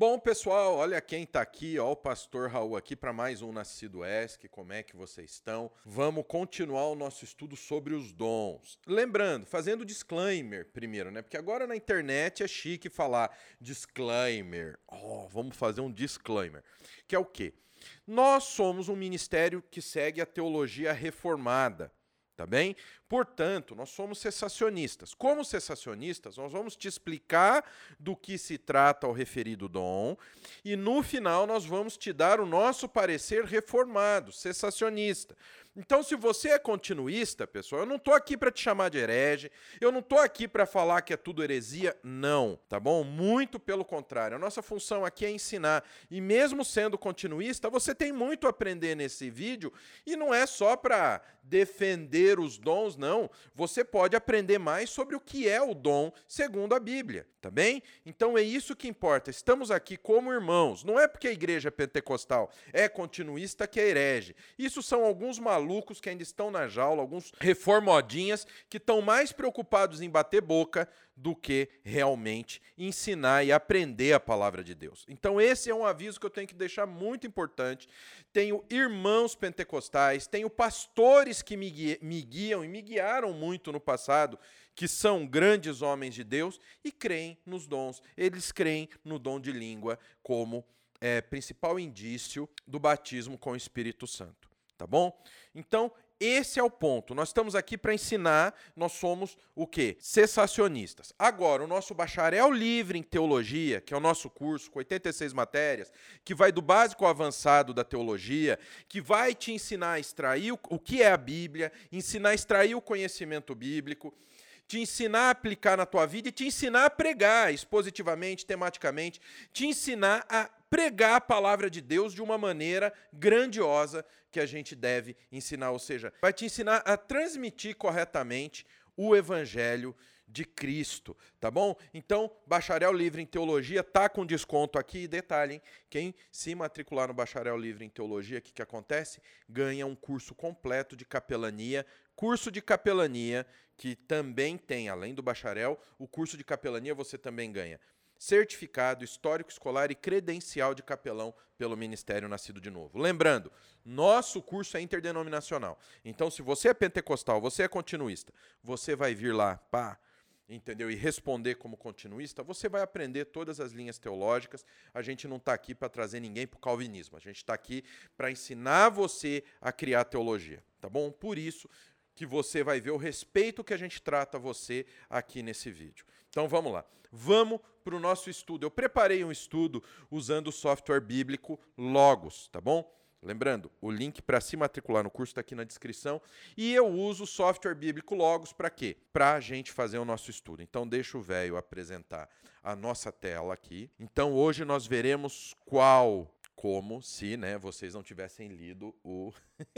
Bom, pessoal, olha quem está aqui, ó, o pastor Raul aqui para mais um Nascido ESC. Como é que vocês estão? Vamos continuar o nosso estudo sobre os dons. Lembrando, fazendo disclaimer primeiro, né? Porque agora na internet é chique falar disclaimer. Vamos fazer um disclaimer. Que é o quê? Nós somos um ministério que segue a teologia reformada. Tá bem? Portanto, nós somos cessacionistas. Como cessacionistas, nós vamos te explicar do que se trata o referido dom e no final nós vamos te dar o nosso parecer reformado, cessacionista. Então, se você é continuista, pessoal, eu não estou aqui para te chamar de herege, eu não estou aqui para falar que é tudo heresia, não, tá bom? Muito pelo contrário. A nossa função aqui é ensinar. E mesmo sendo continuista, você tem muito a aprender nesse vídeo e não é só para defender os dons, não. Você pode aprender mais sobre o que é o dom segundo a Bíblia, tá bem? Então é isso que importa. Estamos aqui como irmãos. Não é porque a igreja pentecostal é continuista que é herege. Isso são alguns malucos que ainda estão na jaula, alguns reformodinhas que estão mais preocupados em bater boca do que realmente ensinar e aprender a palavra de Deus. Então esse é um aviso que eu tenho que deixar muito importante. Tenho irmãos pentecostais, tenho pastores que me guiam e me guiaram muito no passado, que são grandes homens de Deus e creem nos dons. Eles creem no dom de língua como principal indício do batismo com o Espírito Santo. Tá bom? Então, esse é o ponto. Nós estamos aqui para ensinar, nós somos o quê? Cessacionistas. Agora, o nosso bacharel livre em teologia, que é o nosso curso com 86 matérias, que vai do básico ao avançado da teologia, que vai te ensinar a extrair o que é a Bíblia, ensinar a extrair o conhecimento bíblico, te ensinar a aplicar na tua vida e te ensinar a pregar expositivamente, tematicamente, te ensinar a pregar a palavra de Deus de uma maneira grandiosa que a gente deve ensinar, ou seja, vai te ensinar a transmitir corretamente o evangelho de Cristo, tá bom? Então, bacharel livre em teologia tá com desconto aqui, e detalhe, hein? Quem se matricular no bacharel livre em teologia, o que acontece? Ganha um curso completo de capelania, que também tem, além do bacharel, o curso de capelania você também ganha certificado, histórico escolar e credencial de capelão pelo Ministério Nascido de Novo. Lembrando, nosso curso é interdenominacional. Então, se você é pentecostal, você é continuista, você vai vir lá, entendeu? E responder como continuista, você vai aprender todas as linhas teológicas. A gente não está aqui para trazer ninguém para o calvinismo. A gente está aqui para ensinar você a criar teologia, tá bom? Por isso que você vai ver o respeito que a gente trata você aqui nesse vídeo. Então vamos lá. Vamos para o nosso estudo. Eu preparei um estudo usando o software bíblico Logos, tá bom? Lembrando, o link para se matricular no curso está aqui na descrição. E eu uso o software bíblico Logos para quê? Para a gente fazer o nosso estudo. Então deixa o velho apresentar a nossa tela aqui. Então hoje nós veremos como se vocês não tivessem lido o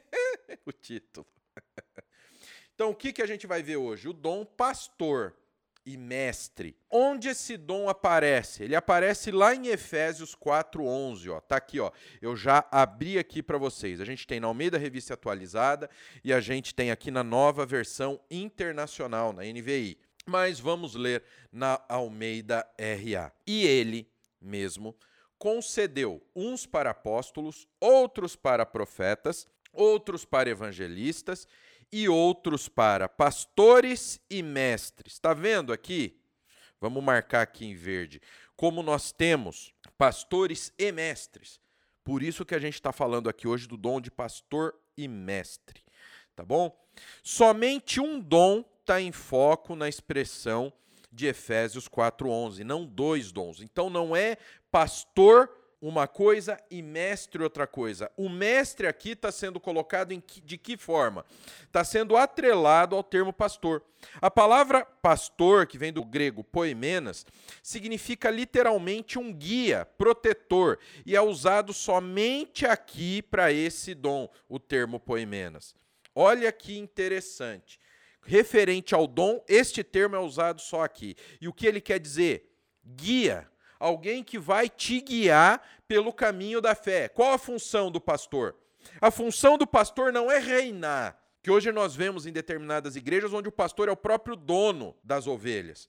título. Então, o que a gente vai ver hoje? O dom pastor e mestre. Onde esse dom aparece? Ele aparece lá em Efésios 4:11, ó. Tá aqui, ó. Eu já abri aqui para vocês. A gente tem na Almeida Revista Atualizada e a gente tem aqui na Nova Versão Internacional, na NVI. Mas vamos ler na Almeida RA. E ele mesmo concedeu uns para apóstolos, outros para profetas, outros para evangelistas e outros para pastores e mestres. Está vendo aqui? Vamos marcar aqui em verde. Como nós temos pastores e mestres. Por isso que a gente está falando aqui hoje do dom de pastor e mestre. Tá bom? Somente um dom está em foco na expressão de Efésios 4:11, não dois dons. Então não é pastor uma coisa e mestre outra coisa. O mestre aqui está sendo colocado de que forma? Está sendo atrelado ao termo pastor. A palavra pastor, que vem do grego poimenas, significa literalmente um guia, protetor, e é usado somente aqui para esse dom, o termo poimenas. Olha que interessante. Referente ao dom, este termo é usado só aqui. E o que ele quer dizer? Guia. Alguém que vai te guiar pelo caminho da fé. Qual a função do pastor? A função do pastor não é reinar, que hoje nós vemos em determinadas igrejas onde o pastor é o próprio dono das ovelhas.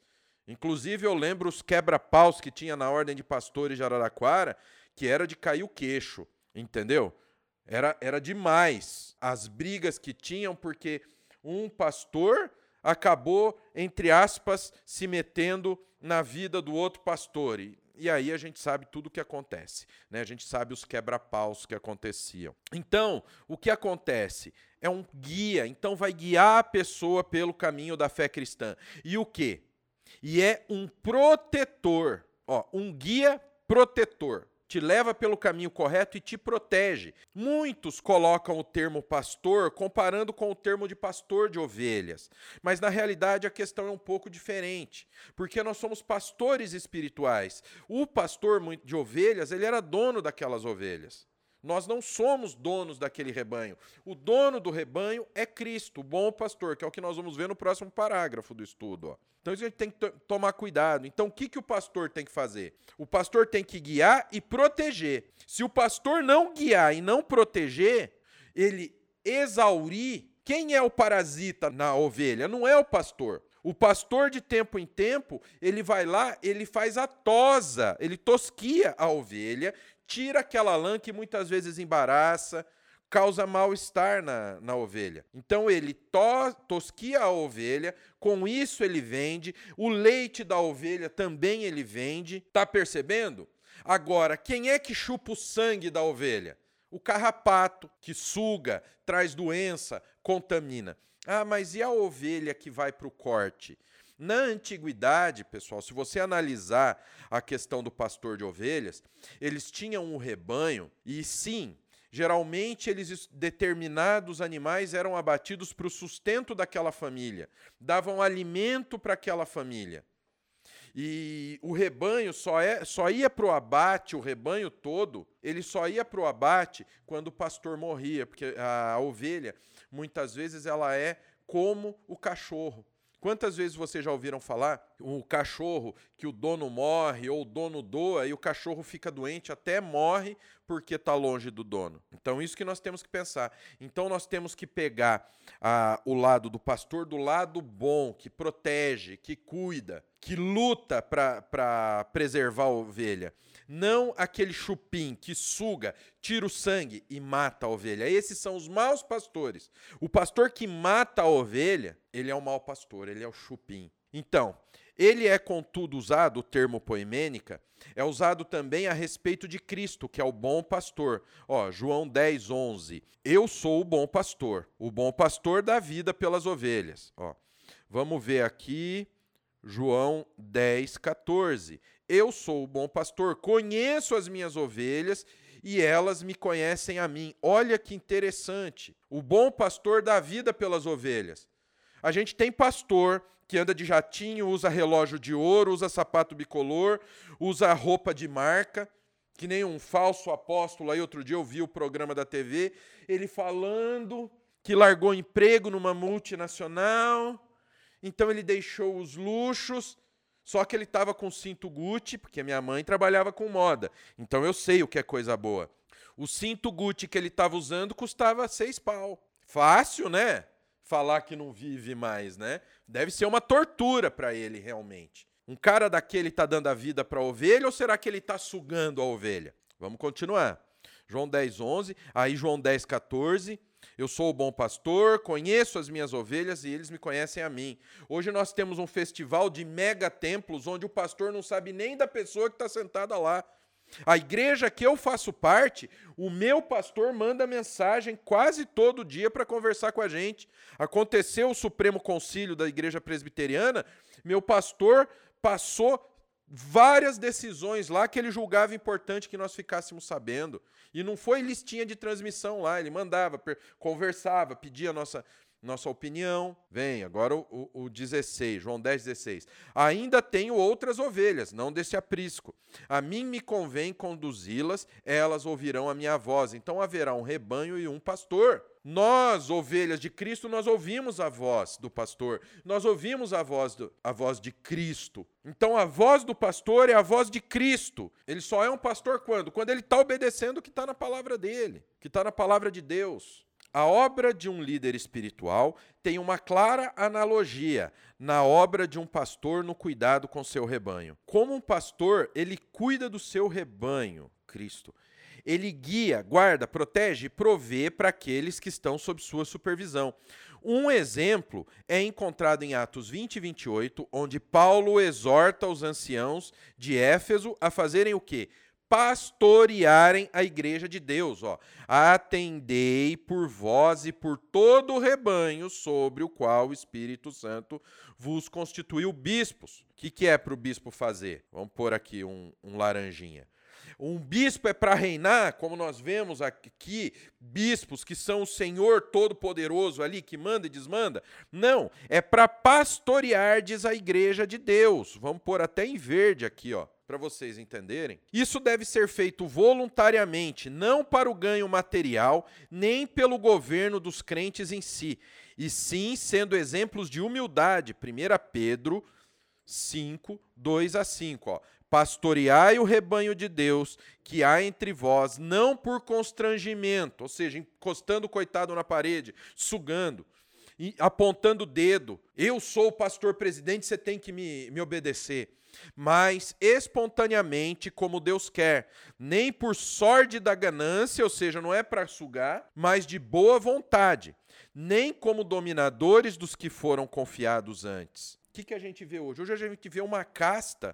Inclusive, eu lembro os quebra-paus que tinha na Ordem de Pastores de Araraquara, que era de cair o queixo, entendeu? Era demais as brigas que tinham, porque um pastor acabou, entre aspas, se metendo na vida do outro pastor. E aí a gente sabe tudo o que acontece, né? A gente sabe os quebra-paus que aconteciam. Então, o que acontece? É um guia, então vai guiar a pessoa pelo caminho da fé cristã. E o quê? E é um protetor, um guia protetor. Te leva pelo caminho correto e te protege. Muitos colocam o termo pastor comparando com o termo de pastor de ovelhas. Mas, na realidade, a questão é um pouco diferente. Porque nós somos pastores espirituais. O pastor de ovelhas, ele era dono daquelas ovelhas. Nós não somos donos daquele rebanho. O dono do rebanho é Cristo, o bom pastor, que é o que nós vamos ver no próximo parágrafo do estudo. Então, isso a gente tem que tomar cuidado. Então, o que o pastor tem que fazer? O pastor tem que guiar e proteger. Se o pastor não guiar e não proteger, ele exaurir, quem é o parasita na ovelha? Não é o pastor. O pastor, de tempo em tempo, ele vai lá, ele faz a tosa, ele tosquia a ovelha, tira aquela lã que muitas vezes embaraça, causa mal-estar na ovelha. Então ele tosquia a ovelha, com isso ele vende, o leite da ovelha também ele vende. Está percebendo? Agora, quem é que chupa o sangue da ovelha? O carrapato, que suga, traz doença, contamina. Ah, mas e a ovelha que vai para o corte? Na antiguidade, pessoal, se você analisar a questão do pastor de ovelhas, eles tinham um rebanho e sim, geralmente determinados animais eram abatidos para o sustento daquela família, davam alimento para aquela família. E o rebanho só ia para o abate, o rebanho todo, ele só ia para o abate quando o pastor morria, porque a ovelha, muitas vezes, ela é como o cachorro. Quantas vezes vocês já ouviram falar o cachorro que o dono morre ou o dono doa e o cachorro fica doente, até morre porque está longe do dono? Então, isso que nós temos que pensar. Então, nós temos que pegar o lado do pastor, do lado bom, que protege, que cuida, que luta para preservar a ovelha. Não aquele chupim que suga, tira o sangue e mata a ovelha. Esses são os maus pastores. O pastor que mata a ovelha, ele é o mau pastor, ele é o chupim. Então, ele é, contudo, usado, o termo poimênica, é usado também a respeito de Cristo, que é o bom pastor. João 10, 11. Eu sou o bom pastor dá vida pelas ovelhas. Vamos ver aqui, João 10, 14. Eu sou o bom pastor, conheço as minhas ovelhas e elas me conhecem a mim. Olha que interessante. O bom pastor dá vida pelas ovelhas. A gente tem pastor que anda de jatinho, usa relógio de ouro, usa sapato bicolor, usa roupa de marca, que nem um falso apóstolo. Aí outro dia eu vi o programa da TV, ele falando que largou emprego numa multinacional, então ele deixou os luxos, só que ele estava com cinto Gucci, porque minha mãe trabalhava com moda, então eu sei o que é coisa boa. O cinto Gucci que ele estava usando custava 6 pau. Fácil, né? Falar que não vive mais, né? Deve ser uma tortura para ele, realmente. Um cara daquele está dando a vida para a ovelha ou será que ele está sugando a ovelha? Vamos continuar. João 10, 11, aí João 10, 14. Eu sou o bom pastor, conheço as minhas ovelhas e eles me conhecem a mim. Hoje nós temos um festival de mega templos onde o pastor não sabe nem da pessoa que está sentada lá. A igreja que eu faço parte, o meu pastor manda mensagem quase todo dia para conversar com a gente. Aconteceu o Supremo Concílio da Igreja Presbiteriana, meu pastor passou várias decisões lá que ele julgava importante que nós ficássemos sabendo. E não foi listinha de transmissão lá, ele mandava, conversava, pedia a nossa opinião. Vem, agora o 16, João 10, 16. Ainda tenho outras ovelhas, não desse aprisco. A mim me convém conduzi-las, elas ouvirão a minha voz. Então haverá um rebanho e um pastor. Nós, ovelhas de Cristo, nós ouvimos a voz do pastor. Nós ouvimos a voz de Cristo. Então a voz do pastor é a voz de Cristo. Ele só é um pastor quando? Quando ele está obedecendo o que está na palavra dele, que está na palavra de Deus. A obra de um líder espiritual tem uma clara analogia na obra de um pastor no cuidado com seu rebanho. Como um pastor, ele cuida do seu rebanho, Cristo. Ele guia, guarda, protege e provê para aqueles que estão sob sua supervisão. Um exemplo é encontrado em Atos 20 e 28, onde Paulo exorta os anciãos de Éfeso a fazerem o quê? Pastorearem a igreja de Deus. Atendei por vós e por todo o rebanho sobre o qual o Espírito Santo vos constituiu bispos. O que é para o bispo fazer? Vamos pôr aqui um laranjinha. Um bispo é para reinar, como nós vemos aqui, bispos que são o Senhor Todo-Poderoso ali, que manda e desmanda. Não, é para pastoreardes a igreja de Deus. Vamos pôr até em verde aqui, para vocês entenderem. Isso deve ser feito voluntariamente, não para o ganho material, nem pelo governo dos crentes em si, e sim sendo exemplos de humildade. 1 Pedro 5, 2 a 5. Pastoreai o rebanho de Deus que há entre vós, não por constrangimento, ou seja, encostando o coitado na parede, sugando, e apontando o dedo. Eu sou o pastor presidente, você tem que me obedecer. Mas espontaneamente, como Deus quer, nem por sórdida ganância, ou seja, não é para sugar, mas de boa vontade, nem como dominadores dos que foram confiados antes. O que a gente vê hoje? Hoje a gente vê uma casta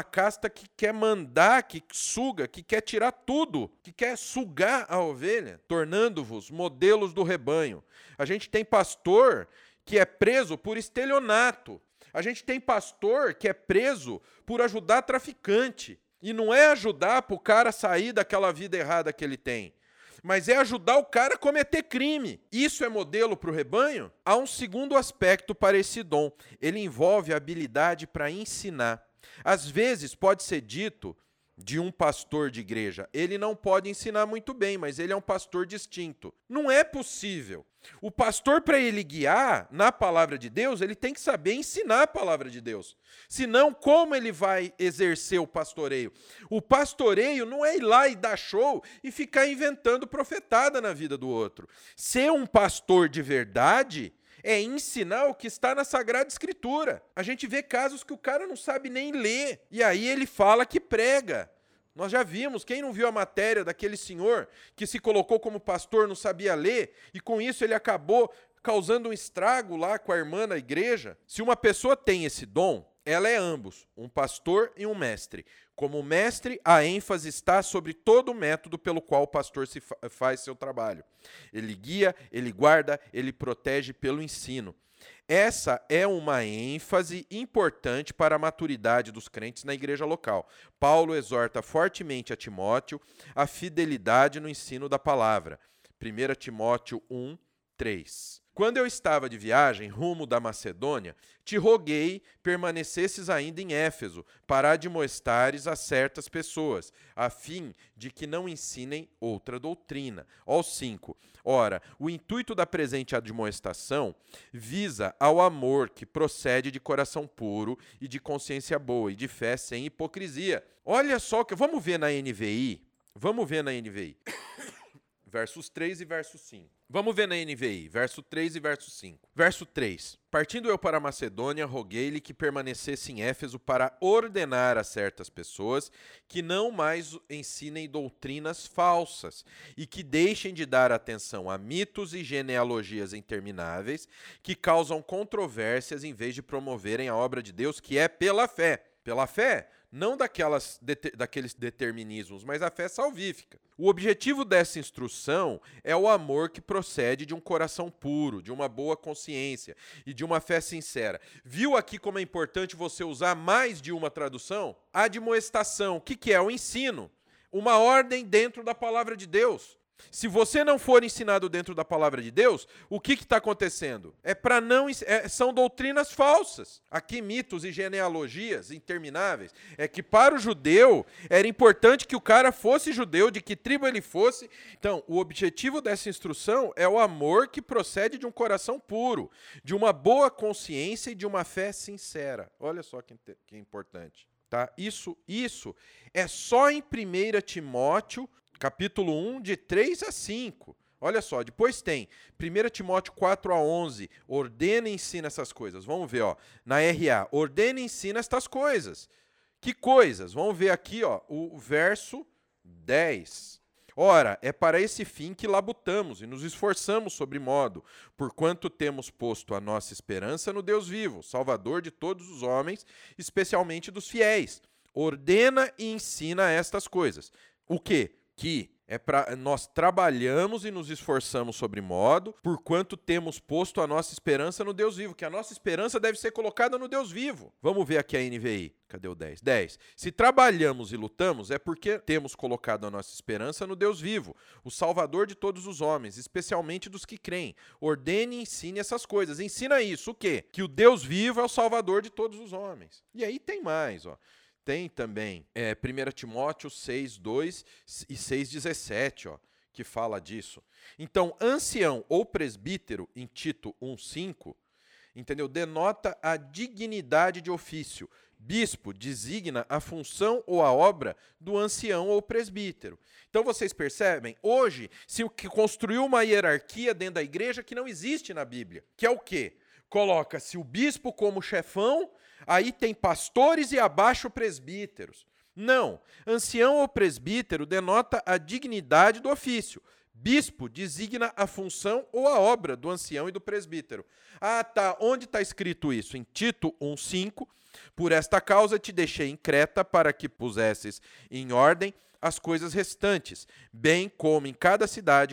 que quer mandar, que suga, que quer tirar tudo, que quer sugar a ovelha, tornando-vos modelos do rebanho. A gente tem pastor que é preso por estelionato. A gente tem pastor que é preso por ajudar traficante. E não é ajudar para o cara sair daquela vida errada que ele tem, mas é ajudar o cara a cometer crime. Isso é modelo para o rebanho? Há um segundo aspecto para esse dom. Ele envolve a habilidade para ensinar. Às vezes pode ser dito de um pastor de igreja, ele não pode ensinar muito bem, mas ele é um pastor distinto. Não é possível. O pastor, para ele guiar na palavra de Deus, ele tem que saber ensinar a palavra de Deus. Senão, como ele vai exercer o pastoreio? O pastoreio não é ir lá e dar show e ficar inventando profetada na vida do outro. Ser um pastor de verdade é ensinar o que está na Sagrada Escritura. A gente vê casos que o cara não sabe nem ler, e aí ele fala que prega. Nós já vimos, quem não viu a matéria daquele senhor que se colocou como pastor, não sabia ler, e com isso ele acabou causando um estrago lá com a irmã na igreja? Se uma pessoa tem esse dom, ela é ambos, um pastor e um mestre. Como mestre, a ênfase está sobre todo o método pelo qual o pastor faz seu trabalho. Ele guia, ele guarda, ele protege pelo ensino. Essa é uma ênfase importante para a maturidade dos crentes na igreja local. Paulo exorta fortemente a Timóteo a fidelidade no ensino da palavra. 1 Timóteo 1, 3. Quando eu estava de viagem rumo da Macedônia, te roguei permanecesses ainda em Éfeso, para admoestares a certas pessoas, a fim de que não ensinem outra doutrina. Ó 5. Ora, o intuito da presente admoestação visa ao amor que procede de coração puro e de consciência boa e de fé sem hipocrisia. Olha só, vamos ver na NVI. Versos 3 e verso 5. Vamos ver na NVI, verso 3 e verso 5. Verso 3. Partindo eu para a Macedônia, roguei-lhe que permanecesse em Éfeso para ordenar a certas pessoas que não mais ensinem doutrinas falsas e que deixem de dar atenção a mitos e genealogias intermináveis que causam controvérsias em vez de promoverem a obra de Deus, que é pela fé. Pela fé, não daqueles determinismos, mas a fé salvífica. O objetivo dessa instrução é o amor que procede de um coração puro, de uma boa consciência e de uma fé sincera. Viu aqui como é importante você usar mais de uma tradução? Admoestação, o que é? O ensino. Uma ordem dentro da palavra de Deus. Se você não for ensinado dentro da palavra de Deus, o que está acontecendo? São doutrinas falsas. Aqui mitos e genealogias intermináveis. É que para o judeu era importante que o cara fosse judeu, de que tribo ele fosse. Então, o objetivo dessa instrução é o amor que procede de um coração puro, de uma boa consciência e de uma fé sincera. Olha só que importante. Tá? Isso é só em 1 Timóteo, capítulo 1, de 3 a 5. Olha só, depois tem 1 Timóteo 4:11, ordena e ensina essas coisas. Vamos ver, ó, na RA, ordena e ensina estas coisas. Que coisas? Vamos ver aqui, ó, o verso 10. Ora, é para esse fim que labutamos e nos esforçamos sobre modo, porquanto temos posto a nossa esperança no Deus vivo, Salvador de todos os homens, especialmente dos fiéis. Ordena e ensina estas coisas. O quê? Que nós trabalhamos e nos esforçamos sobre modo, porquanto temos posto a nossa esperança no Deus vivo, que a nossa esperança deve ser colocada no Deus vivo. Vamos ver aqui a NVI. Cadê o 10? 10. Se trabalhamos e lutamos, é porque temos colocado a nossa esperança no Deus vivo, o Salvador de todos os homens, especialmente dos que creem. Ordene e ensine essas coisas. Ensina isso, o quê? Que o Deus vivo é o Salvador de todos os homens. E aí tem mais, ó. Tem também 1 Timóteo 6:2 e 6:17, ó, que fala disso. Então, ancião ou presbítero, em Tito 1:5, entendeu? Denota a dignidade de ofício. Bispo designa a função ou a obra do ancião ou presbítero. Então, vocês percebem? Hoje, se o que construiu uma hierarquia dentro da igreja que não existe na Bíblia, que é o quê? Coloca-se o bispo como chefão, aí tem pastores e abaixo presbíteros. Não, ancião ou presbítero denota a dignidade do ofício. Bispo designa a função ou a obra do ancião e do presbítero. Ah, tá. Onde está escrito isso? Em Tito 1:5. Por esta causa te deixei em Creta para que pusesses em ordem as coisas restantes, bem como em cada cidade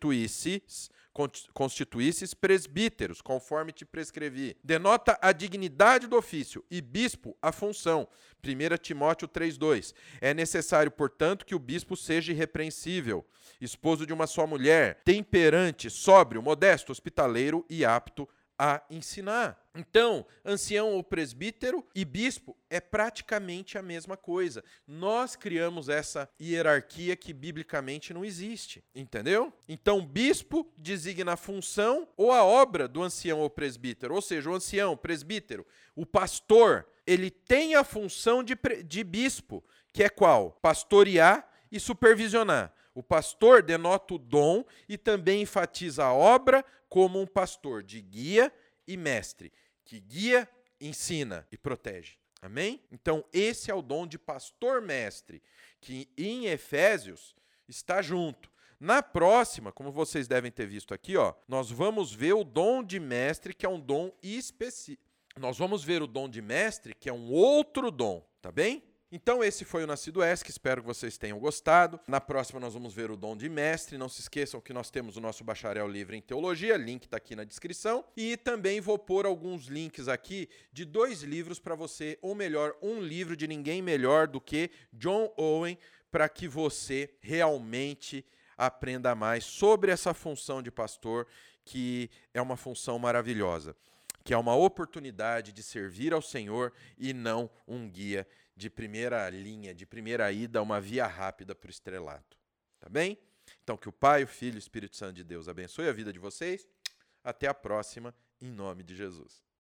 constituísses presbíteros, conforme te prescrevi. Denota a dignidade do ofício e bispo a função. 1 Timóteo 3:2. É necessário, portanto, que o bispo seja irrepreensível, esposo de uma só mulher, temperante, sóbrio, modesto, hospitaleiro e apto a ensinar. Então, ancião ou presbítero e bispo é praticamente a mesma coisa. Nós criamos essa hierarquia que biblicamente não existe, entendeu? Então, bispo designa a função ou a obra do ancião ou presbítero, ou seja, o ancião, presbítero, o pastor, ele tem a função de bispo, que é qual? Pastorear e supervisionar. O pastor denota o dom e também enfatiza a obra como um pastor de guia e mestre, que guia, ensina e protege. Amém? Então, esse é o dom de pastor-mestre, que em Efésios está junto. Na próxima, como vocês devem ter visto aqui, ó, nós vamos ver o dom de mestre, que é um dom específico. Nós vamos ver o dom de mestre, que é um outro dom, tá bem? Então, esse foi o Nascido ESC, espero que vocês tenham gostado. Na próxima, nós vamos ver o dom de mestre. Não se esqueçam que nós temos o nosso bacharel livre em teologia, link está aqui na descrição. E também vou pôr alguns links aqui de 2 livros para você, ou melhor, um livro de ninguém melhor do que John Owen, para que você realmente aprenda mais sobre essa função de pastor, que é uma função maravilhosa, que é uma oportunidade de servir ao Senhor e não um guia de primeira linha, de primeira ida, uma via rápida para o estrelato. Tá bem? Então, que o Pai, o Filho e o Espírito Santo de Deus abençoe a vida de vocês. Até a próxima, em nome de Jesus.